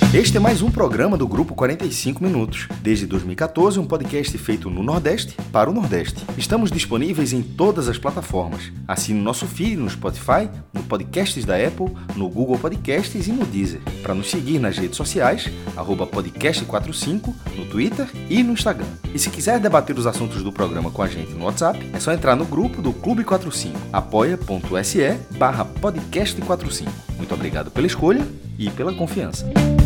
Este é mais um programa do Grupo 45 Minutos. Desde 2014, um podcast feito no Nordeste para o Nordeste. Estamos disponíveis em todas as plataformas. Assine nosso feed no Spotify, no Podcasts da Apple, no Google Podcasts e no Deezer. Para nos seguir nas redes sociais, @podcast45, no Twitter e no Instagram. E se quiser debater os assuntos do programa com a gente no WhatsApp, é só entrar no grupo do Clube 45, apoia.se/podcast45. Muito obrigado pela escolha e pela confiança.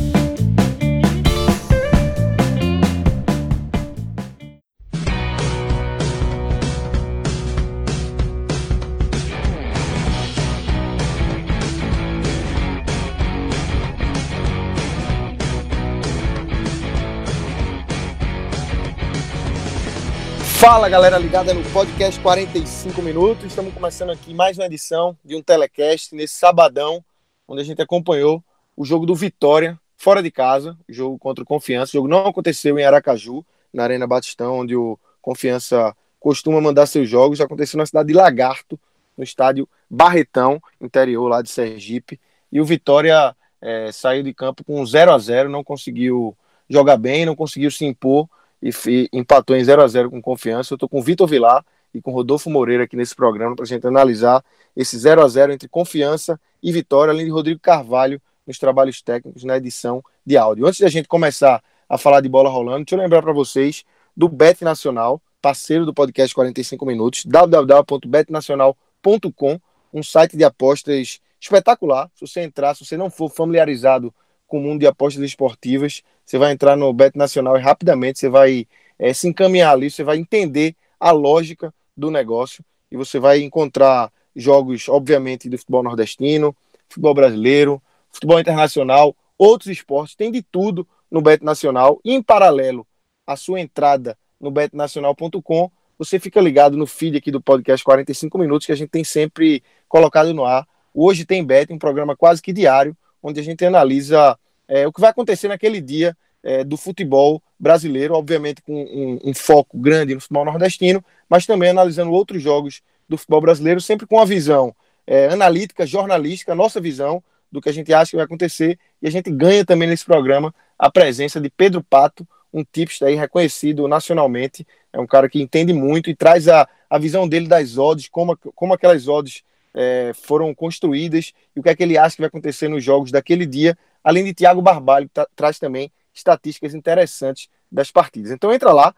Fala galera ligada no podcast 45 minutos, estamos começando aqui mais uma edição de um telecast nesse sabadão, onde a gente acompanhou o jogo do Vitória, fora de casa, o jogo contra o Confiança. O jogo não aconteceu em Aracaju, na Arena Batistão, onde o Confiança costuma mandar seus jogos, aconteceu na cidade de Lagarto, no estádio Barretão, interior lá de Sergipe, e o Vitória saiu de campo com 0-0, não conseguiu jogar bem, não conseguiu se impor, e empatou em 0-0 com Confiança. Eu estou com o Vitor Vilar e com o Rodolfo Moreira aqui nesse programa para a gente analisar esse 0-0 entre Confiança e Vitória, além de Rodrigo Carvalho nos trabalhos técnicos na edição de áudio. Antes de a gente começar a falar de bola rolando, deixa eu lembrar para vocês do Bet Nacional, parceiro do podcast 45 Minutos, www.betnacional.com, um site de apostas espetacular. Se você entrar, se você não for familiarizado com o mundo de apostas esportivas, você vai entrar no Bet Nacional e rapidamente você vai se encaminhar ali, você vai entender a lógica do negócio e você vai encontrar jogos, obviamente, do futebol nordestino, futebol brasileiro, futebol internacional, outros esportes, tem de tudo no Bet Nacional. E em paralelo à sua entrada no betnacional.com, você fica ligado no feed aqui do podcast 45 Minutos, que a gente tem sempre colocado no ar. Hoje tem Bet, um programa quase que diário, onde a gente analisa o que vai acontecer naquele dia do futebol brasileiro, obviamente com um foco grande no futebol nordestino, mas também analisando outros jogos do futebol brasileiro, sempre com uma visão analítica, jornalística, nossa visão do que a gente acha que vai acontecer, e a gente ganha também nesse programa a presença de Pedro Pato, um tipster aí reconhecido nacionalmente, é um cara que entende muito e traz a visão dele das odds, como aquelas odds foram construídas e o que é que ele acha que vai acontecer nos jogos daquele dia, além de Thiago Barbalho, que traz também estatísticas interessantes das partidas. Então entra lá,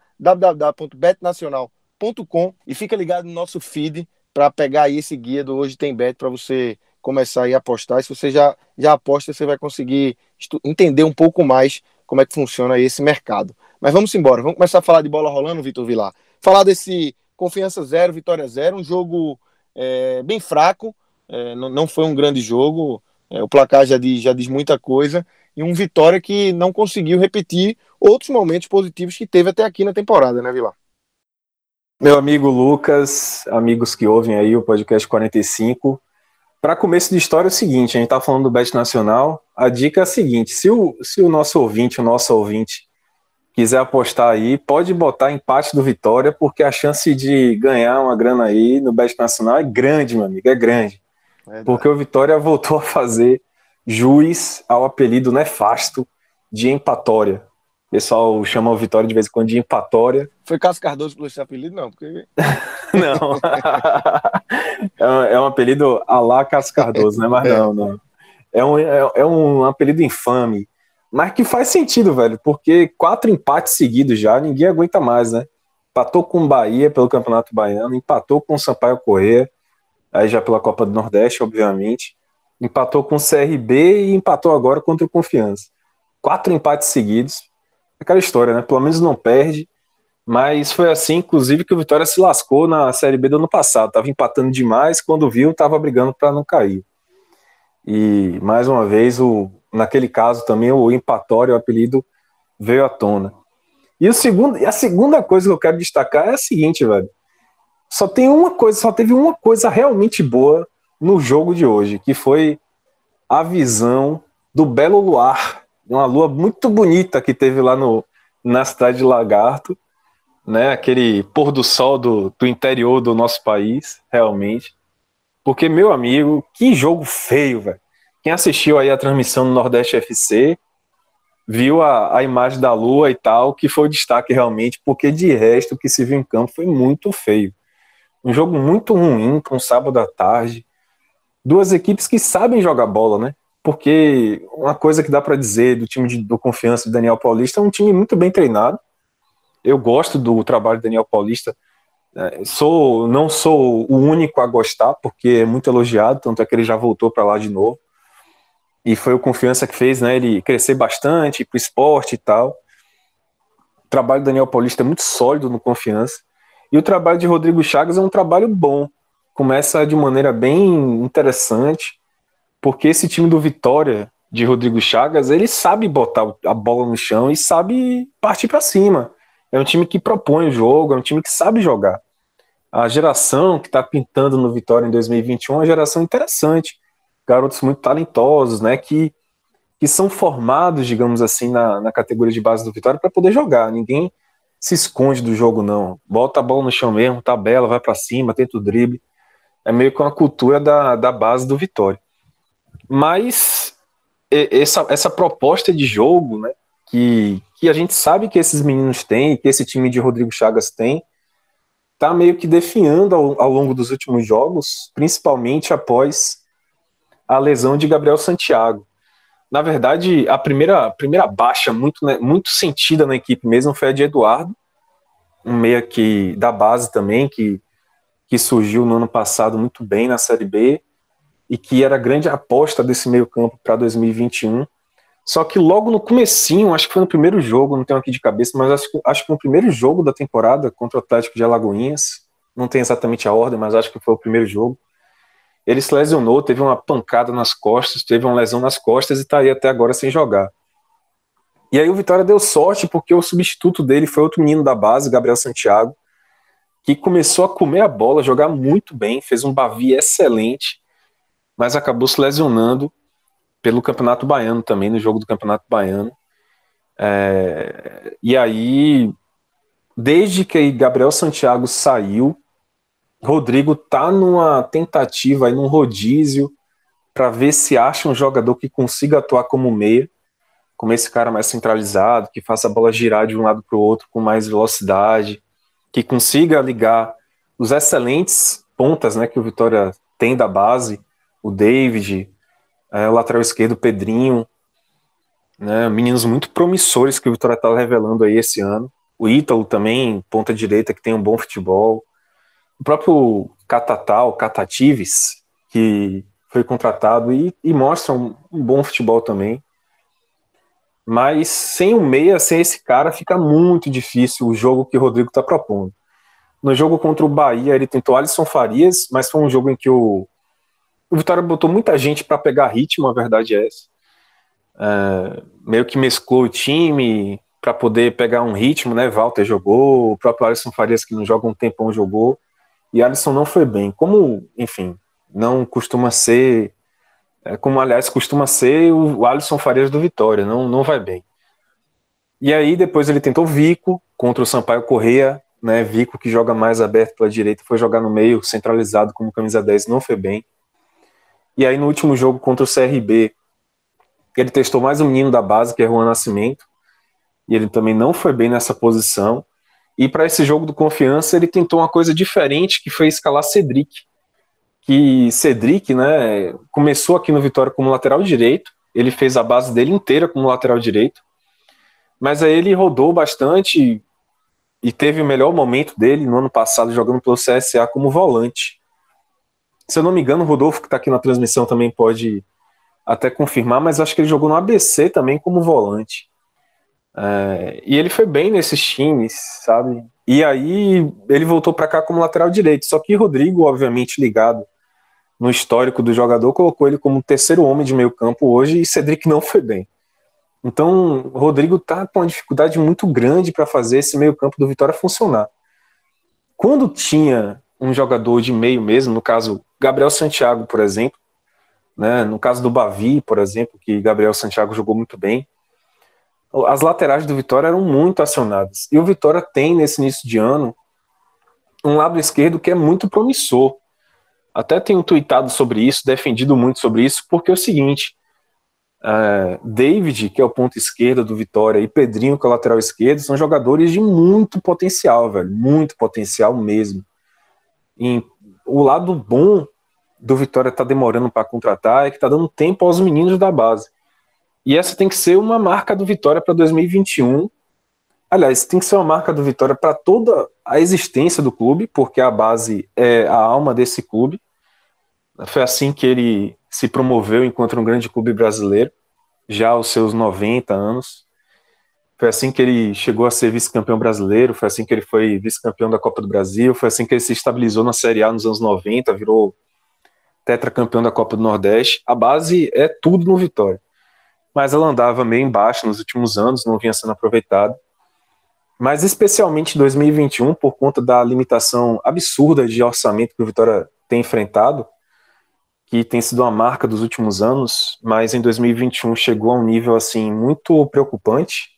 www.betnacional.com, e fica ligado no nosso feed para pegar aí esse guia do Hoje Tem Bet para você começar aí a apostar. E se você já aposta, você vai conseguir entender um pouco mais como é que funciona esse mercado. Mas vamos embora, vamos começar a falar de bola rolando, Vitor Vilar. Falar desse Confiança 0, Vitória 0, um jogo bem fraco, não foi um grande jogo, o placar já diz muita coisa, e um Vitória que não conseguiu repetir outros momentos positivos que teve até aqui na temporada, né, Vilar? Meu amigo Lucas, amigos que ouvem aí o podcast 45, para começo de história é o seguinte, a gente tá falando do Bet Nacional, a dica é a seguinte, se o nosso ouvinte quiser apostar aí, pode botar empate do Vitória, porque a chance de ganhar uma grana aí no Bet Nacional é grande, meu amigo, é grande. Porque o Vitória voltou a fazer jus ao apelido nefasto de empatória. O pessoal chama o Vitória de vez em quando de empatória. Foi Cássio Cardoso pelo esse apelido? Não, porque... Não. É um apelido à la Cássio Cardoso, né? Mas não. É um apelido infame. Mas que faz sentido, velho, porque 4 empates seguidos já, ninguém aguenta mais, né? Empatou com o Bahia pelo Campeonato Baiano, empatou com o Sampaio Corrêa, aí já pela Copa do Nordeste, obviamente, empatou com o CRB e empatou agora contra o Confiança. 4 empates seguidos, aquela história, né? Pelo menos não perde, mas foi assim, inclusive, que o Vitória se lascou na Série B do ano passado, tava empatando demais, quando viu, tava brigando para não cair. E, mais uma vez, naquele caso também, o empatório, o apelido, veio à tona. E a segunda coisa que eu quero destacar é a seguinte, velho. Só teve uma coisa realmente boa no jogo de hoje, que foi a visão do belo luar, uma lua muito bonita que teve lá na cidade de Lagarto, né? Aquele pôr do sol do interior do nosso país, realmente. Porque, meu amigo, que jogo feio, velho. Quem assistiu aí a transmissão do Nordeste FC viu a imagem da Lua e tal, que foi o destaque realmente, porque de resto o que se viu em campo foi muito feio. Um jogo muito ruim para um sábado à tarde. Duas equipes que sabem jogar bola, né? Porque uma coisa que dá para dizer do time do Confiança de Daniel Paulista é um time muito bem treinado. Eu gosto do trabalho do Daniel Paulista. Não sou o único a gostar, porque é muito elogiado, tanto é que ele já voltou para lá de novo. E foi o Confiança que fez, né, ele crescer bastante para o esporte e tal. O trabalho do Daniel Paulista é muito sólido no Confiança. E o trabalho de Rodrigo Chagas é um trabalho bom. Começa de maneira bem interessante, porque esse time do Vitória, de Rodrigo Chagas, ele sabe botar a bola no chão e sabe partir para cima. É um time que propõe o jogo, é um time que sabe jogar. A geração que está pintando no Vitória em 2021 é uma geração interessante. Garotos muito talentosos, né, que são formados, digamos assim, na categoria de base do Vitória para poder jogar. Ninguém se esconde do jogo, não. Bota a bola no chão mesmo, tabela, vai para cima, tenta o drible. É meio que uma cultura da base do Vitória. Mas essa proposta de jogo, né, que a gente sabe que esses meninos têm, que esse time de Rodrigo Chagas tem, tá meio que definhando ao longo dos últimos jogos, principalmente após a lesão de Gabriel Santiago. Na verdade, a primeira baixa muito, né, muito sentida na equipe mesmo foi a de Eduardo, um meia da base também, que surgiu no ano passado muito bem na Série B e que era a grande aposta desse meio campo para 2021. Só que logo no comecinho, acho que foi no primeiro jogo, não tenho aqui de cabeça, mas acho que no primeiro jogo da temporada contra o Atlético de Alagoinhas, não tem exatamente a ordem, mas acho que foi o primeiro jogo, ele se lesionou, teve uma pancada nas costas, teve uma lesão nas costas e está aí até agora sem jogar. E aí o Vitória deu sorte porque o substituto dele foi outro menino da base, Gabriel Santiago, que começou a comer a bola, jogar muito bem, fez um Bavi excelente, mas acabou se lesionando pelo Campeonato Baiano também, no jogo do Campeonato Baiano. E aí, desde que Gabriel Santiago saiu, Rodrigo tá numa tentativa, aí num rodízio, para ver se acha um jogador que consiga atuar como meia, como esse cara mais centralizado, que faça a bola girar de um lado para o outro com mais velocidade, que consiga ligar os excelentes pontas, né, que o Vitória tem da base, o David, o lateral esquerdo, o Pedrinho, né, meninos muito promissores que o Vitória está revelando aí esse ano. O Ítalo também, ponta direita, que tem um bom futebol. O próprio Catatives, que foi contratado e mostra um bom futebol também. Mas sem o meia, sem esse cara, fica muito difícil o jogo que o Rodrigo está propondo. No jogo contra o Bahia, ele tentou Alisson Farias, mas foi um jogo em que o Vitória botou muita gente para pegar ritmo, a verdade é essa. Meio que mesclou o time para poder pegar um ritmo, né? Walter jogou, o próprio Alisson Farias, que não joga um tempão, jogou. E Alisson não foi bem. Como, enfim, não costuma ser... como, aliás, costuma ser o Alisson Farias do Vitória, não vai bem. E aí, depois ele tentou Vico contra o Sampaio Corrêa, né? Vico, que joga mais aberto pela direita, foi jogar no meio, centralizado como camisa 10, não foi bem. E aí, no último jogo contra o CRB, ele testou mais um menino da base, que é Juan Nascimento, e ele também não foi bem nessa posição. E para esse jogo do Confiança, ele tentou uma coisa diferente, que foi escalar Cedric. Que Cedric, né, começou aqui no Vitória como lateral direito, ele fez a base dele inteira como lateral direito, mas aí ele rodou bastante e teve o melhor momento dele no ano passado jogando pelo CSA como volante. Se eu não me engano, o Rodolfo, que está aqui na transmissão, também pode até confirmar, mas acho que ele jogou no ABC também como volante. E ele foi bem nesses times, sabe? E aí ele voltou para cá como lateral direito, só que Rodrigo, obviamente ligado no histórico do jogador, colocou ele como terceiro homem de meio campo hoje, e Cedric não foi bem. Então o Rodrigo tá com uma dificuldade muito grande para fazer esse meio campo do Vitória funcionar. Quando tinha um jogador de meio mesmo, no caso Gabriel Santiago, por exemplo, né, no caso do Bavi, por exemplo, que Gabriel Santiago jogou muito bem, as laterais do Vitória eram muito acionadas. E o Vitória tem, nesse início de ano, um lado esquerdo que é muito promissor. Até tenho tweetado sobre isso, defendido muito sobre isso, porque é o seguinte, David, que é o ponto esquerdo do Vitória, e Pedrinho, que é o lateral esquerdo, são jogadores de muito potencial, velho, muito potencial mesmo. E o lado bom do Vitória tá demorando para contratar é que tá dando tempo aos meninos da base. E essa tem que ser uma marca do Vitória para 2021. Aliás, tem que ser uma marca do Vitória para toda a existência do clube, porque a base é a alma desse clube. Foi assim que ele se promoveu enquanto um grande clube brasileiro, já aos seus 90 anos. Foi assim que ele chegou a ser vice-campeão brasileiro, foi assim que ele foi vice-campeão da Copa do Brasil, foi assim que ele se estabilizou na Série A nos anos 90, virou tetracampeão da Copa do Nordeste. A base é tudo no Vitória. Mas ela andava meio embaixo nos últimos anos, não vinha sendo aproveitada. Mas especialmente em 2021, por conta da limitação absurda de orçamento que o Vitória tem enfrentado, que tem sido uma marca dos últimos anos, mas em 2021 chegou a um nível assim muito preocupante.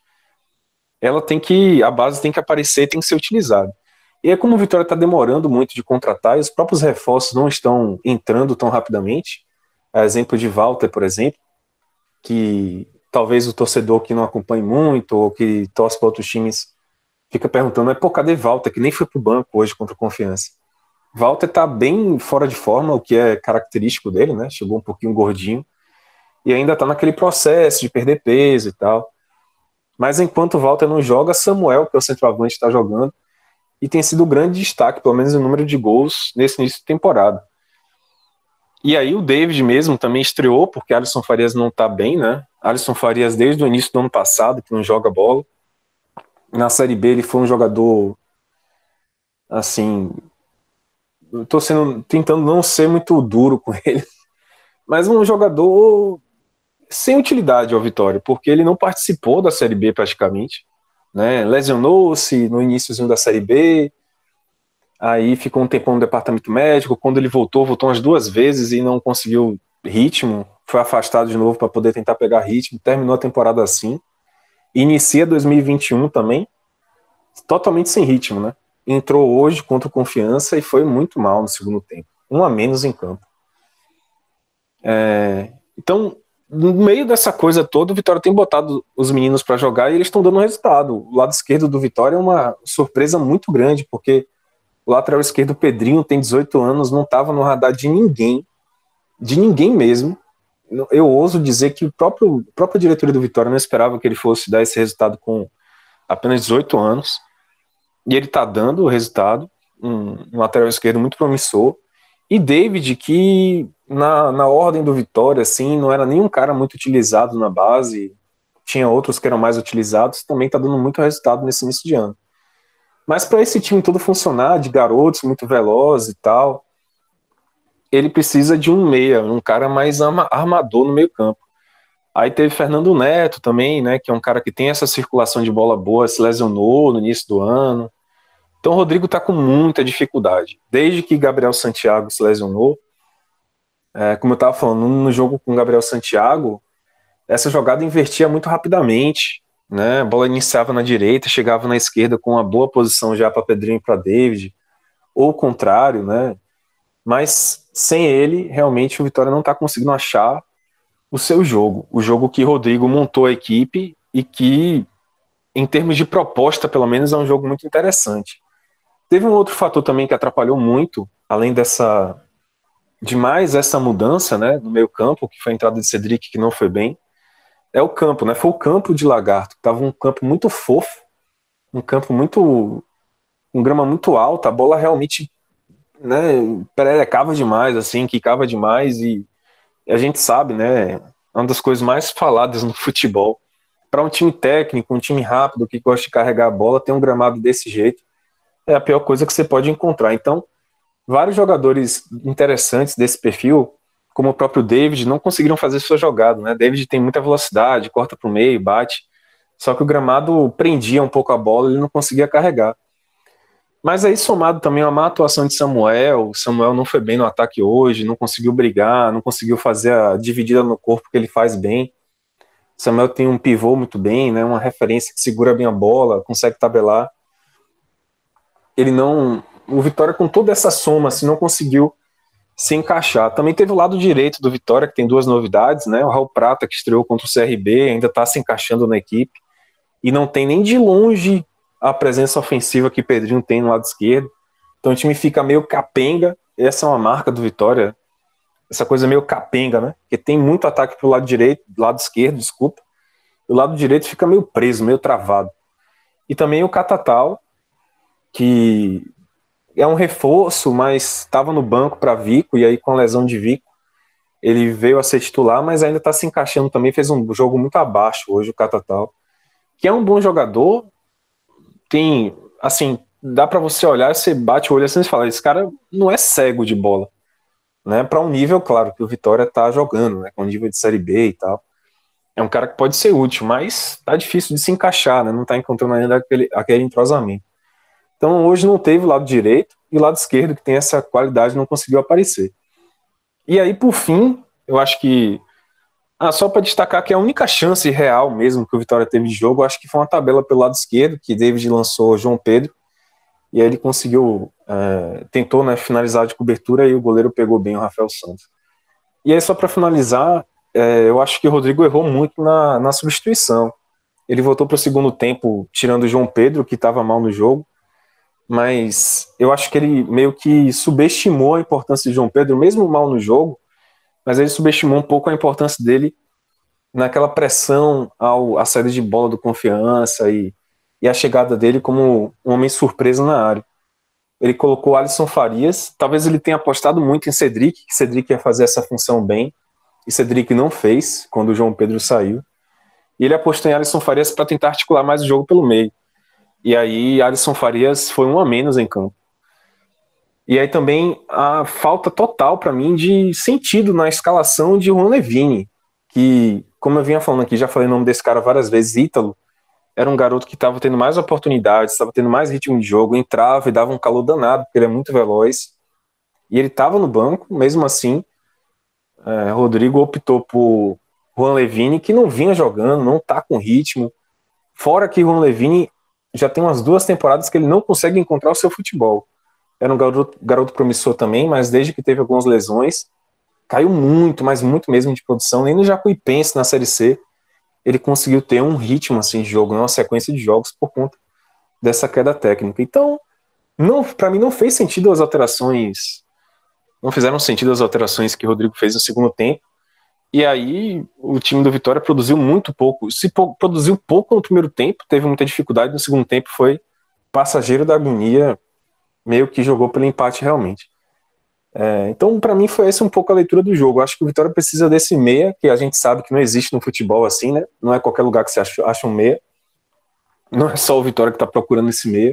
A base tem que aparecer, tem que ser utilizada. E é como o Vitória está demorando muito de contratar e os próprios reforços não estão entrando tão rapidamente. Exemplo de Walter, por exemplo, que talvez o torcedor que não acompanhe muito ou que torce para outros times fica perguntando, mas pô, cadê Walter, que nem foi pro banco hoje contra a Confiança? Walter tá bem fora de forma, o que é característico dele, né? Chegou um pouquinho gordinho e ainda tá naquele processo de perder peso e tal. Mas enquanto o Walter não joga, Samuel, que é o centroavante, está jogando e tem sido um grande destaque, pelo menos em número de gols nesse início de temporada. E aí o David mesmo também estreou, porque Alisson Farias não tá bem, né? Alisson Farias desde o início do ano passado, que não joga bola. Na Série B ele foi um jogador, assim, eu tô tentando não ser muito duro com ele, mas um jogador sem utilidade ao Vitória, porque ele não participou da Série B praticamente, né? Lesionou-se no iníciozinho da Série B, aí ficou um tempão no departamento médico, quando ele voltou umas 2 vezes e não conseguiu ritmo, foi afastado de novo para poder tentar pegar ritmo, terminou a temporada assim, inicia 2021 também, totalmente sem ritmo, né? Entrou hoje contra o Confiança e foi muito mal no segundo tempo, 1 a menos em campo. Então, no meio dessa coisa toda, o Vitória tem botado os meninos para jogar e eles estão dando resultado. O lado esquerdo do Vitória é uma surpresa muito grande, porque o lateral esquerdo, Pedrinho, tem 18 anos, não estava no radar de ninguém mesmo. Eu ouso dizer que a própria diretoria do Vitória não esperava que ele fosse dar esse resultado com apenas 18 anos. E ele está dando o resultado, um lateral esquerdo muito promissor. E David, que na ordem do Vitória, assim, não era nenhum cara muito utilizado na base, tinha outros que eram mais utilizados, também está dando muito resultado nesse início de ano. Mas para esse time todo funcionar, de garotos muito velozes e tal, ele precisa de um meia, um cara mais armador no meio campo. Aí teve Fernando Neto também, né, que é um cara que tem essa circulação de bola boa, se lesionou no início do ano. Então o Rodrigo está com muita dificuldade. Desde que Gabriel Santiago se lesionou, como eu estava falando, no jogo com Gabriel Santiago, essa jogada invertia muito rapidamente, né? A bola iniciava na direita, chegava na esquerda com uma boa posição já para Pedrinho e para David, ou o contrário, né? Mas sem ele, realmente o Vitória não está conseguindo achar o seu jogo, o jogo que Rodrigo montou a equipe e que, em termos de proposta, pelo menos, é um jogo muito interessante. Teve um outro fator também que atrapalhou muito, além de mais essa mudança, né, no meio campo, que foi a entrada de Cedric, que não foi bem, é o campo, né? Foi o campo de Lagarto, que estava um campo muito fofo, um campo muito, com grama muito alta, a bola realmente, né, pererecava demais, assim, quicava demais, e a gente sabe, né, uma das coisas mais faladas no futebol, para um time técnico, um time rápido, que gosta de carregar a bola, ter um gramado desse jeito, é a pior coisa que você pode encontrar. Então, vários jogadores interessantes desse perfil, como o próprio David, não conseguiram fazer sua jogada, né? David tem muita velocidade, corta para o meio, bate, só que o gramado prendia um pouco a bola e ele não conseguia carregar. Mas aí, somado também a uma má atuação de Samuel não foi bem no ataque hoje, não conseguiu brigar, não conseguiu fazer a dividida no corpo que ele faz bem. Samuel tem um pivô muito bem, né? Uma referência que segura bem a bola, consegue tabelar. O Vitória, com toda essa soma, assim, não conseguiu se encaixar. Também teve o lado direito do Vitória, que tem duas novidades, né? O Raul Prata, que estreou contra o CRB, ainda está se encaixando na equipe, e não tem nem de longe a presença ofensiva que Pedrinho tem no lado esquerdo. Então o time fica meio capenga. Essa é uma marca do Vitória, essa coisa meio capenga, né? Porque tem muito ataque pro lado direito, lado esquerdo, desculpa. E o lado direito fica meio preso, meio travado. E também o Catatal, que é um reforço, mas estava no banco para Vico, e aí com a lesão de Vico, ele veio a ser titular, mas ainda está se encaixando também, fez um jogo muito abaixo hoje o Catatal, que é um bom jogador, tem, assim, dá para você olhar, você bate o olho assim e fala, esse cara não é cego de bola, né, para um nível, claro, que o Vitória tá jogando, né, com nível de Série B e tal, é um cara que pode ser útil, mas tá difícil de se encaixar, né, não tá encontrando ainda aquele entrosamento. Então hoje não teve o lado direito, e o lado esquerdo, que tem essa qualidade, não conseguiu aparecer. E aí, por fim, eu acho que, só para destacar que a única chance real mesmo que o Vitória teve de jogo, eu acho que foi uma tabela pelo lado esquerdo, que David lançou João Pedro, e aí ele conseguiu, tentou, né, finalizar de cobertura, e o goleiro pegou bem o Rafael Santos. E aí, só para finalizar, eu acho que o Rodrigo errou muito na substituição. Ele voltou para o segundo tempo, tirando o João Pedro, que estava mal no jogo, mas eu acho que ele meio que subestimou a importância de João Pedro, mesmo mal no jogo, mas ele subestimou um pouco a importância dele naquela pressão à saída de bola do Confiança e a chegada dele como um homem surpresa na área. Ele colocou Alisson Farias, talvez ele tenha apostado muito em Cedric, que Cedric ia fazer essa função bem, e Cedric não fez quando o João Pedro saiu, e ele apostou em Alisson Farias para tentar articular mais o jogo pelo meio. E aí Alisson Farias foi um a menos em campo. E aí também a falta total para mim de sentido na escalação de Juan Levini, que, como eu vinha falando aqui, já falei o nome desse cara várias vezes, Ítalo, era um garoto que estava tendo mais oportunidades, estava tendo mais ritmo de jogo, entrava e dava um calor danado, porque ele é muito veloz, e ele estava no banco, mesmo assim, Rodrigo optou por Juan Levini, que não vinha jogando, não está com ritmo, fora que Juan Levini já tem umas 2 temporadas que ele não consegue encontrar o seu futebol. Era um garoto promissor também, mas desde que teve algumas lesões, caiu muito, mas muito mesmo de produção. Nem no Jacuipense, na Série C, ele conseguiu ter um ritmo assim, de jogo, uma sequência de jogos por conta dessa queda técnica. Então, para mim não fez sentido as alterações, não fizeram sentido as alterações que o Rodrigo fez no segundo tempo. E aí o time do Vitória produziu muito pouco. Produziu pouco no primeiro tempo, teve muita dificuldade, no segundo tempo foi passageiro da agonia, meio que jogou pelo empate realmente. Então para mim foi essa um pouco a leitura do jogo. Acho que o Vitória precisa desse meia, que a gente sabe que não existe no futebol assim, né? Não é qualquer lugar que você acha um meia. Não é só o Vitória que está procurando esse meia.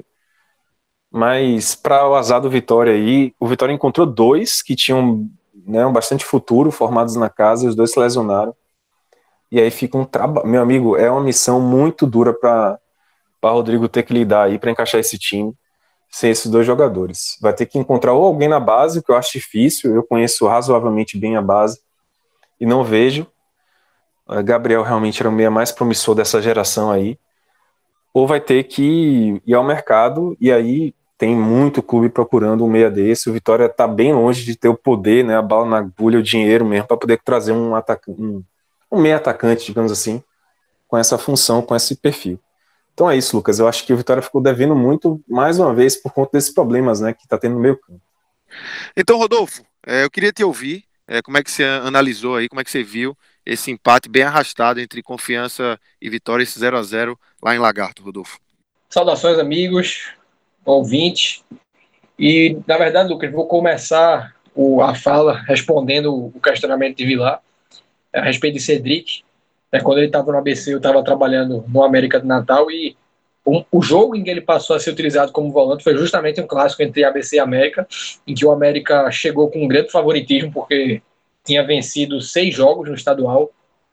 Mas para o azar do Vitória aí, o Vitória encontrou 2 que tinham, né, bastante futuro, formados na casa, os 2 se lesionaram, e aí fica um trabalho, meu amigo, é uma missão muito dura para Rodrigo ter que lidar aí para encaixar esse time, sem esses 2 jogadores, vai ter que encontrar ou alguém na base, que eu acho difícil, eu conheço razoavelmente bem a base, e não vejo, Gabriel realmente era o meia mais promissor dessa geração aí, ou vai ter que ir ao mercado, e aí tem muito clube procurando um meia desse. O Vitória está bem longe de ter o poder, né, a bala na agulha, o dinheiro mesmo, para poder trazer um meia atacante, digamos assim, com essa função, com esse perfil. Então é isso, Lucas. Eu acho que o Vitória ficou devendo muito, mais uma vez, por conta desses problemas, né, que está tendo no meio campo. Então, Rodolfo, eu queria te ouvir, como é que você analisou aí, como é que você viu esse empate bem arrastado entre Confiança e Vitória, esse 0-0 lá em Lagarto, Rodolfo. Saudações, amigos, ouvintes. E, na verdade, Lucas, vou começar a fala respondendo o questionamento de Vilar a respeito de Cedric. Quando ele estava no ABC, eu estava trabalhando no América de Natal e o jogo em que ele passou a ser utilizado como volante foi justamente um clássico entre ABC e América, em que o América chegou com um grande favoritismo, porque tinha vencido 6 jogos no estadual,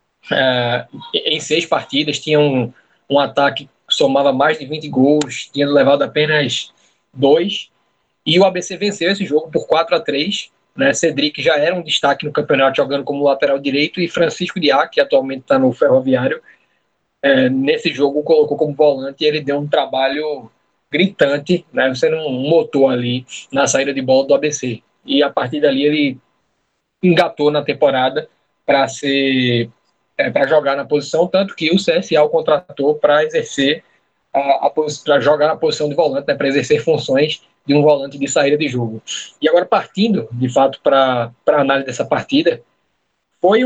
em 6 partidas, tinha um ataque que somava mais de 20 gols, tinha levado apenas 2, e o ABC venceu esse jogo por 4-3, né? Cedric já era um destaque no campeonato jogando como lateral direito, e Francisco Diá, que atualmente está no Ferroviário, nesse jogo colocou como volante, e ele deu um trabalho gritante, né? Você não notou ali na saída de bola do ABC, e a partir dali ele engatou na temporada para jogar na posição, tanto que o CSA o contratou para exercer para jogar na posição de volante, né, para exercer funções de um volante de saída de jogo. E agora, partindo, de fato, para a análise dessa partida, foi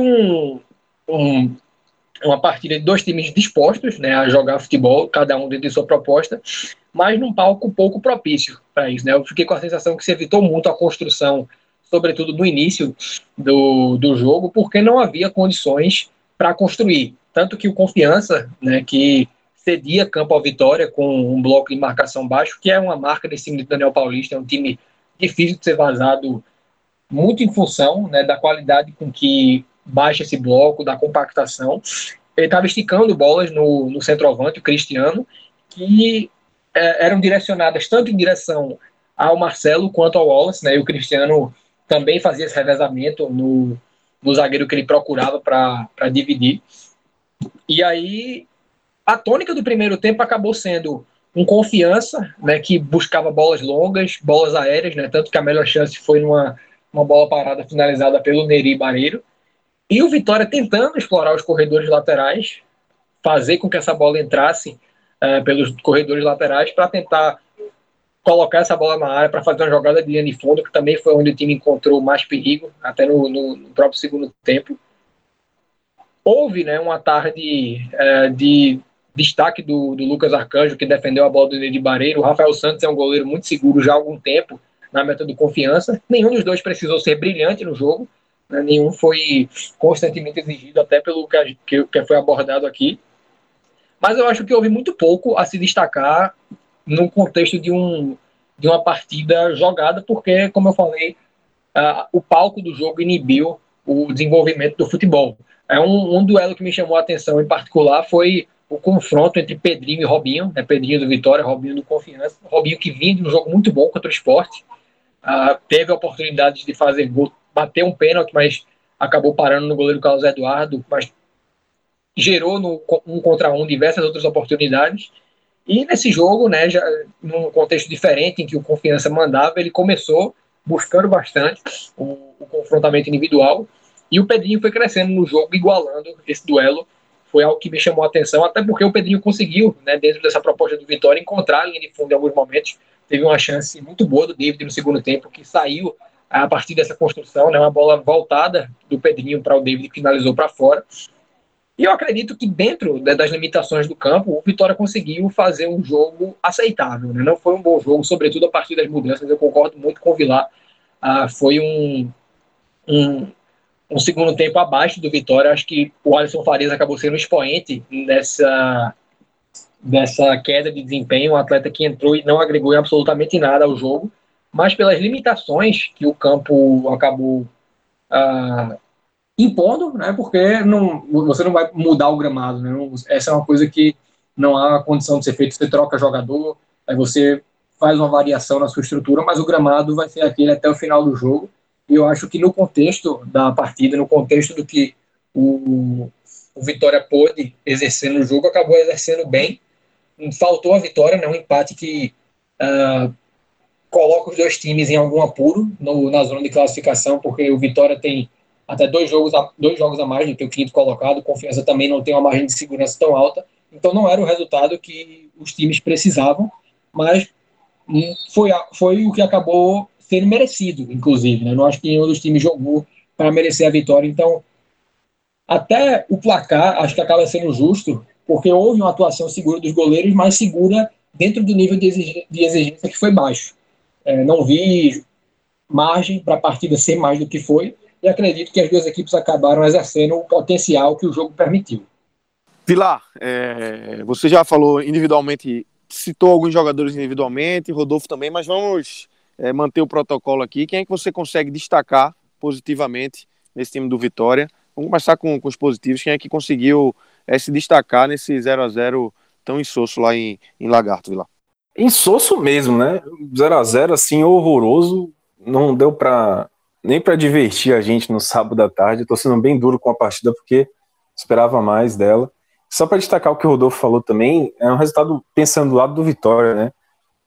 uma partida de dois times dispostos, né, a jogar futebol, cada um dentro de sua proposta, mas num palco pouco propício para isso. Né? Eu fiquei com a sensação que se evitou muito a construção, sobretudo no início do jogo, porque não havia condições para construir. Tanto que o Confiança, né, que cedia campo ao Vitória com um bloco de marcação baixo, que é uma marca desse time de Daniel Paulista, é um time difícil de ser vazado, muito em função, né, da qualidade com que baixa esse bloco, da compactação. Ele estava esticando bolas no centroavante, o Cristiano, que eram direcionadas tanto em direção ao Marcelo quanto ao Wallace, né, e o Cristiano também fazia esse revezamento no zagueiro que ele procurava para dividir. E aí a tônica do primeiro tempo acabou sendo um Confiança, né, que buscava bolas longas, bolas aéreas, né, tanto que a melhor chance foi uma bola parada finalizada pelo Neri Barreiro, e o Vitória tentando explorar os corredores laterais, fazer com que essa bola entrasse pelos corredores laterais para tentar colocar essa bola na área para fazer uma jogada de linha de fundo, que também foi onde o time encontrou mais perigo, até no próprio segundo tempo. Houve, né, uma tarde de destaque do Lucas Arcanjo, que defendeu a bola do Neri Barreiro. O Rafael Santos é um goleiro muito seguro já há algum tempo na meta do Confiança. Nenhum dos dois precisou ser brilhante no jogo, né? Nenhum foi constantemente exigido, até pelo que foi abordado aqui. Mas eu acho que houve muito pouco a se destacar no contexto de uma partida jogada, porque, como eu falei, o palco do jogo inibiu o desenvolvimento do futebol. Um duelo que me chamou a atenção em particular foi o confronto entre Pedrinho e Robinho, né? Pedrinho do Vitória, Robinho do Confiança. Robinho, que vinha de um jogo muito bom contra o Sport, teve a oportunidade de fazer gol, bater um pênalti, mas acabou parando no goleiro Carlos Eduardo, mas gerou no 1 contra 1 diversas outras oportunidades. E nesse jogo, né, já num contexto diferente, em que o Confiança mandava, ele começou buscando bastante o confrontamento individual, e o Pedrinho foi crescendo no jogo, igualando esse duelo. Foi algo que me chamou a atenção, até porque o Pedrinho conseguiu, né, dentro dessa proposta do Vitória, encontrar a linha de fundo em alguns momentos. Teve uma chance muito boa do David no segundo tempo, que saiu a partir dessa construção, né, uma bola voltada do Pedrinho para o David, que finalizou para fora. E eu acredito que dentro das limitações do campo, o Vitória conseguiu fazer um jogo aceitável, né? Não foi um bom jogo, sobretudo a partir das mudanças. Eu concordo muito com o Vilar. Foi um segundo tempo abaixo do Vitória. Acho que o Alisson Farias acabou sendo um expoente dessa queda de desempenho, um atleta que entrou e não agregou em absolutamente nada ao jogo, mas pelas limitações que o campo acabou impondo, né, porque você não vai mudar o gramado, né, essa é uma coisa que não há condição de ser feita. Você troca jogador, aí você faz uma variação na sua estrutura, mas o gramado vai ser aquele até o final do jogo. E eu acho que no contexto da partida, no contexto do que o Vitória pôde exercer no jogo, acabou exercendo bem. Faltou a vitória, né, um empate que coloca os dois times em algum apuro na zona de classificação, porque o Vitória tem até dois jogos a mais do que o quinto colocado. Confiança também não tem uma margem de segurança tão alta, então não era o resultado que os times precisavam, mas foi o que acabou sendo merecido, inclusive, né? Não acho que nenhum dos times jogou para merecer a vitória. Então, até o placar, acho que acaba sendo justo, porque houve uma atuação segura dos goleiros, mas segura dentro do nível de exigência que foi baixo. Não vi margem para a partida ser mais do que foi, e acredito que as duas equipes acabaram exercendo o potencial que o jogo permitiu. Vilar, você já falou individualmente, citou alguns jogadores individualmente, Rodolfo também, mas vamos manter o protocolo aqui. Quem é que você consegue destacar positivamente nesse time do Vitória? Vamos começar com os positivos. Quem é que conseguiu se destacar nesse 0x0 tão insosso lá em Lagarto, Vilar? Insosso mesmo, né? 0x0 assim, horroroso. Não deu nem para divertir a gente no sábado à tarde. Estou sendo bem duro com a partida porque esperava mais dela. Só para destacar o que o Rodolfo falou também, é um resultado, pensando do lado do Vitória, né?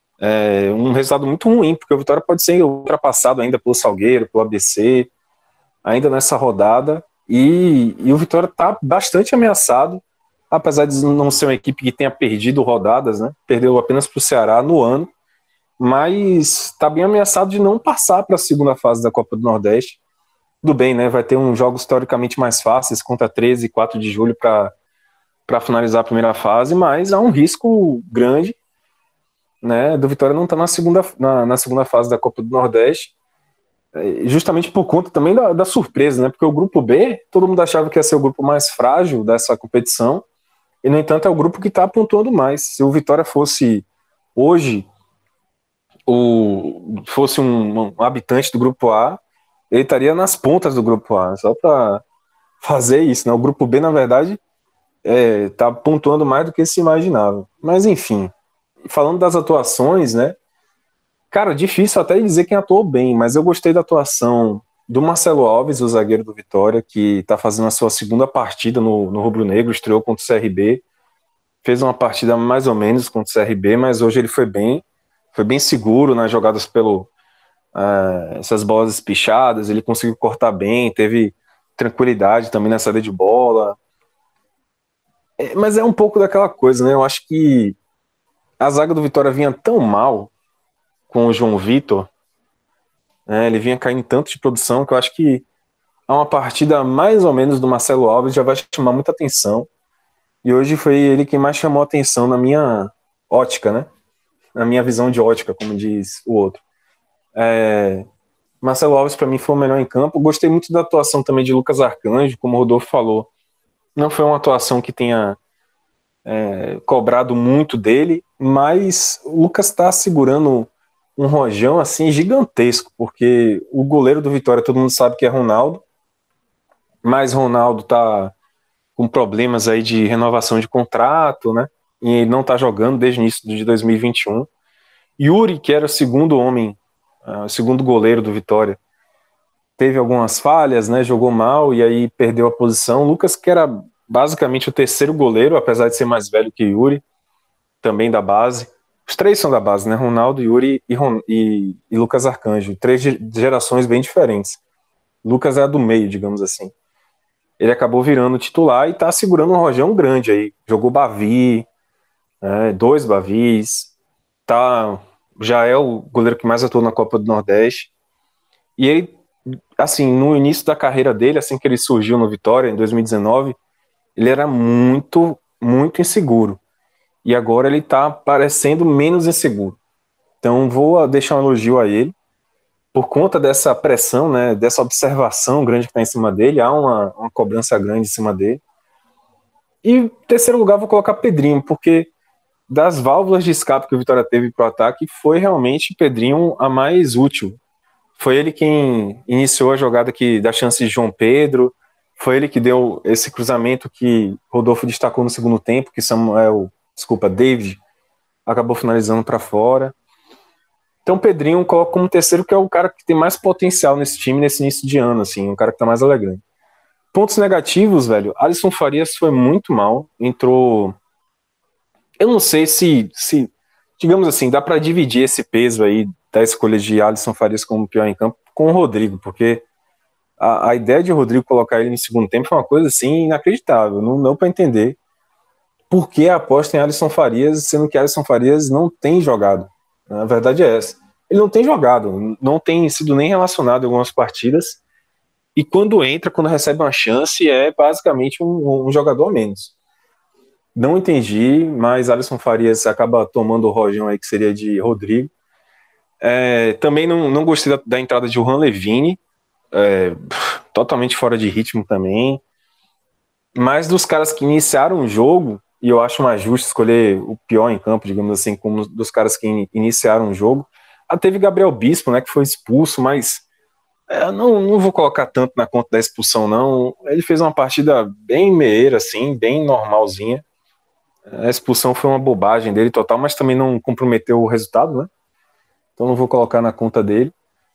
Um resultado muito ruim, porque o Vitória pode ser ultrapassado ainda pelo Salgueiro, pelo ABC. ainda nessa rodada, e o Vitória está bastante ameaçado, apesar de não ser uma equipe que tenha perdido rodadas, né? Perdeu apenas para o Ceará no ano, mas está bem ameaçado de não passar para a segunda fase da Copa do Nordeste. Tudo bem, né? Vai ter uns jogos teoricamente mais fáceis, contra 13 e 4 de julho para finalizar a primeira fase, mas há um risco grande, né, do Vitória não estar na segunda fase da Copa do Nordeste, justamente por conta também da surpresa, né? Porque o grupo B, todo mundo achava que ia ser o grupo mais frágil dessa competição, e no entanto é o grupo que está pontuando mais. Se o Vitória fosse hoje fosse um habitante do grupo A, ele estaria nas pontas do grupo A, só para fazer isso, né? O grupo B, na verdade, tá pontuando mais do que se imaginava. Mas enfim, falando das atuações, né? Cara, difícil até dizer quem atuou bem, mas eu gostei da atuação do Marcelo Alves, o zagueiro do Vitória, que está fazendo a sua segunda partida no Rubro Negro, estreou contra o CRB, fez uma partida mais ou menos contra o CRB, mas hoje ele foi bem seguro nas jogadas essas bolas espichadas, ele conseguiu cortar bem, teve tranquilidade também na saída de bola. Mas é um pouco daquela coisa, né? Eu acho que a zaga do Vitória vinha tão mal com o João Vitor, né? Ele vinha caindo tanto de produção que eu acho que uma partida mais ou menos do Marcelo Alves já vai chamar muita atenção. E hoje foi ele quem mais chamou atenção na minha ótica, né? Na minha visão de ótica, como diz o outro. Marcelo Alves, para mim, foi o melhor em campo. Gostei muito da atuação também de Lucas Arcanjo, como o Rodolfo falou. Não foi uma atuação que tenha cobrado muito dele, mas o Lucas está segurando um rojão assim gigantesco, porque o goleiro do Vitória, todo mundo sabe que é Ronaldo, mas Ronaldo tá com problemas aí de renovação de contrato, né? E não tá jogando desde o início de 2021. Yuri, que era o segundo homem, o segundo goleiro do Vitória, teve algumas falhas, né? Jogou mal e aí perdeu a posição. Lucas, que era basicamente o terceiro goleiro, apesar de ser mais velho que Yuri, também da base. Os três são da base, né? Ronaldo, Yuri e Lucas Arcanjo. Três gerações bem diferentes. Lucas é a do meio, digamos assim. Ele acabou virando titular e tá segurando um rojão grande aí. Jogou Bavi, 2 Bavis, já é o goleiro que mais atuou na Copa do Nordeste. E ele, assim, no início da carreira dele, assim que ele surgiu no Vitória, em 2019, ele era muito, muito inseguro. E agora ele tá parecendo menos inseguro. Então vou deixar um elogio a ele. Por conta dessa pressão, né, dessa observação grande que está em cima dele, há uma cobrança grande em cima dele. E em terceiro lugar vou colocar Pedrinho, porque das válvulas de escape que o Vitória teve para o ataque, foi realmente Pedrinho a mais útil. Foi ele quem iniciou a jogada da chance de João Pedro, foi ele que deu esse cruzamento que Rodolfo destacou no segundo tempo, que David acabou finalizando para fora. Então Pedrinho coloca como terceiro, que é o cara que tem mais potencial nesse time nesse início de ano, assim, um cara que tá mais alegrando. Pontos negativos, velho, Alisson Farias foi muito mal, entrou... Eu não sei se digamos assim, dá para dividir esse peso aí da escolha de Alisson Farias como pior em campo com o Rodrigo, porque a ideia de Rodrigo colocar ele no segundo tempo foi uma coisa assim inacreditável, não deu para entender por que a aposta em Alisson Farias, sendo que Alisson Farias não tem jogado. A verdade é essa. Ele não tem jogado, não tem sido nem relacionado em algumas partidas, e quando entra, quando recebe uma chance, é basicamente um jogador a menos. Não entendi, mas Alisson Farias acaba tomando o rojão aí, que seria de Rodrigo. Também não gostei da entrada de Juan Levine, totalmente fora de ritmo também. Mas dos caras que iniciaram o jogo, e eu acho mais justo escolher o pior em campo, digamos assim, como dos caras que iniciaram o jogo. Teve Gabriel Bispo, né, que foi expulso, mas não vou colocar tanto na conta da expulsão, não. Ele fez uma partida bem meieira, assim, bem normalzinha. A expulsão foi uma bobagem dele total, mas também não comprometeu o resultado, né? Então não vou colocar na conta dele.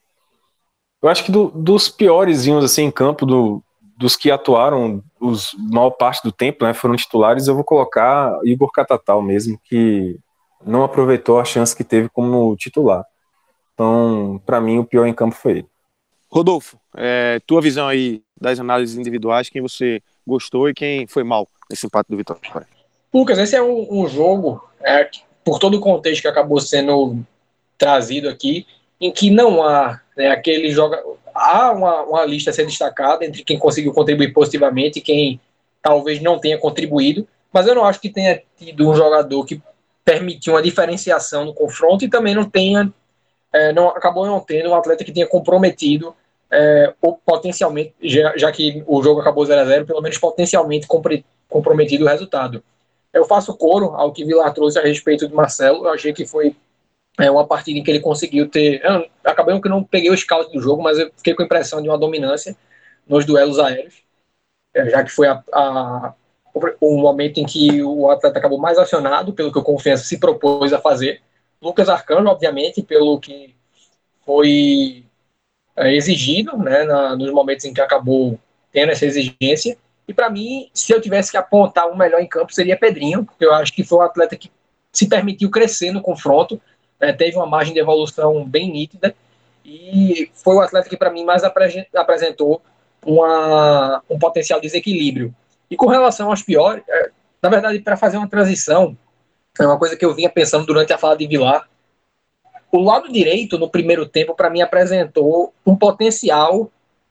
Eu acho que dos piorzinhos, assim, em campo, dos que atuaram maior parte do tempo, né, foram titulares, eu vou colocar Igor Catatal mesmo, que não aproveitou a chance que teve como titular. Então, para mim, o pior em campo foi ele. Rodolfo, tua visão aí das análises individuais, quem você gostou e quem foi mal nesse empate do Vitória? Lucas, esse é um jogo, por todo o contexto que acabou sendo trazido aqui, em que não há, né, aquele joga. Há uma lista a ser destacada entre quem conseguiu contribuir positivamente e quem talvez não tenha contribuído, mas eu não acho que tenha tido um jogador que permitiu uma diferenciação no confronto e também não tenha, acabou não tendo um atleta que tenha comprometido, ou potencialmente, já que o jogo acabou 0-0, pelo menos potencialmente comprometido o resultado. Eu faço coro ao que Vilar trouxe a respeito do Marcelo. Eu achei que foi uma partida em que ele conseguiu ter. Acabei que não peguei o scout do jogo, mas eu fiquei com a impressão de uma dominância nos duelos aéreos, já que foi o momento em que o atleta acabou mais acionado, pelo que o Confiança se propôs a fazer. Lucas Arcanjo, obviamente, pelo que foi exigido, né, nos momentos em que acabou tendo essa exigência. E para mim, se eu tivesse que apontar um melhor em campo, seria Pedrinho, porque eu acho que foi um atleta que se permitiu crescer no confronto, teve uma margem de evolução bem nítida e foi o atleta que para mim mais apresentou um potencial desequilíbrio. E com relação aos piores, na verdade, para fazer uma transição, é uma coisa que eu vinha pensando durante a fala de Vilar. O lado direito, no primeiro tempo, para mim apresentou um potencial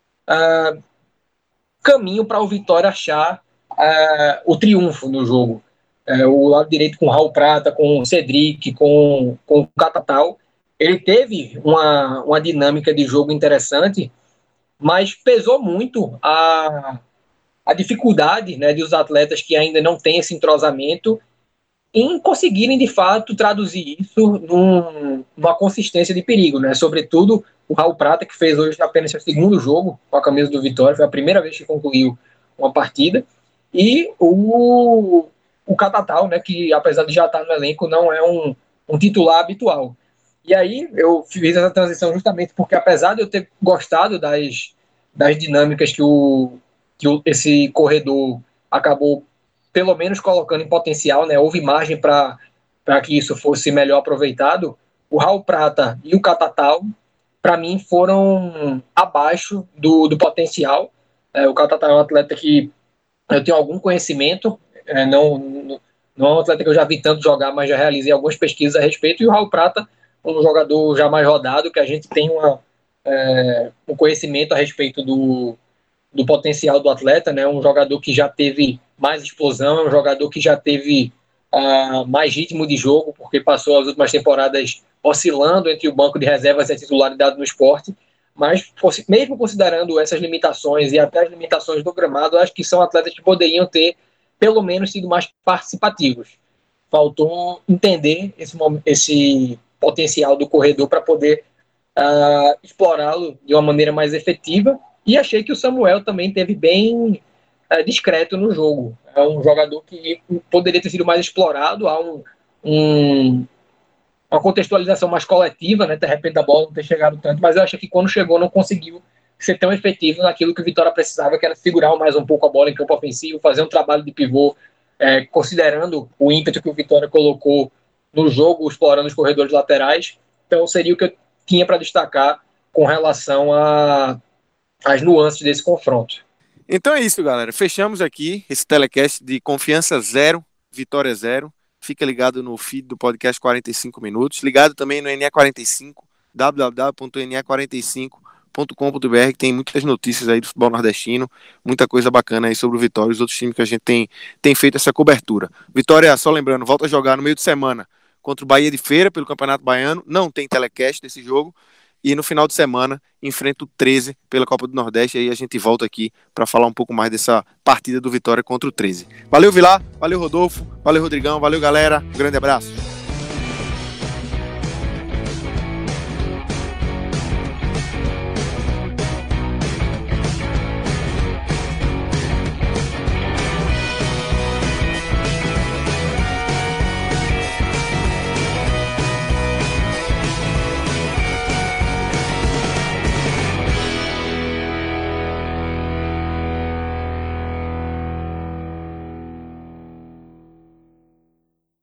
caminho para o Vitória achar o triunfo no jogo. O lado direito com o Raul Prata, com o Cedric, com o Catatal, ele teve uma dinâmica de jogo interessante, mas pesou muito a dificuldade, né, de os atletas que ainda não têm esse entrosamento em conseguirem, de fato, traduzir isso numa consistência de perigo, né? Sobretudo o Raul Prata, que fez hoje apenas seu segundo jogo com a camisa do Vitória, foi a primeira vez que concluiu uma partida, e o Catatal, né, que apesar de já estar no elenco, não é um titular habitual. E aí eu fiz essa transição justamente porque, apesar de eu ter gostado das dinâmicas que esse corredor acabou pelo menos colocando em potencial, né? Houve margem para que isso fosse melhor aproveitado. O Raul Prata e o Catatal, para mim, foram abaixo do potencial. O Catatal é um atleta que eu tenho algum conhecimento, não é um atleta que eu já vi tanto jogar, mas já realizei algumas pesquisas a respeito. E o Raul Prata, um jogador já mais rodado, que a gente tem um conhecimento a respeito do potencial do atleta, né? Um jogador que já teve mais explosão, um jogador que já teve mais ritmo de jogo, porque passou as últimas temporadas oscilando entre o banco de reservas e a titularidade no esporte, mas mesmo considerando essas limitações e até as limitações do gramado, acho que são atletas que poderiam ter pelo menos sido mais participativos. Faltou entender esse potencial do corredor para poder explorá-lo de uma maneira mais efetiva. E achei que o Samuel também teve bem discreto no jogo. É um jogador que poderia ter sido mais explorado, há uma contextualização mais coletiva, né? De repente a bola não ter chegado tanto, mas eu acho que quando chegou não conseguiu ser tão efetivo naquilo que o Vitória precisava, que era segurar mais um pouco a bola em campo ofensivo, fazer um trabalho de pivô, considerando o ímpeto que o Vitória colocou no jogo, explorando os corredores laterais. Então seria o que eu tinha para destacar com relação às nuances desse confronto. Então é isso, galera. Fechamos aqui esse telecast de Confiança 0, Vitória 0. Fica ligado no feed do podcast 45 Minutos. Ligado também no NE45, www.ne45.com.br, que tem muitas notícias aí do futebol nordestino, muita coisa bacana aí sobre o Vitória e os outros times que a gente tem feito essa cobertura. Vitória, só lembrando, volta a jogar no meio de semana contra o Bahia de Feira pelo Campeonato Baiano. Não tem telecast desse jogo. E no final de semana enfrenta o 13 pela Copa do Nordeste. E aí a gente volta aqui para falar um pouco mais dessa partida do Vitória contra o 13. Valeu, Vilar. Valeu, Rodolfo. Valeu, Rodrigão. Valeu, galera. Um grande abraço.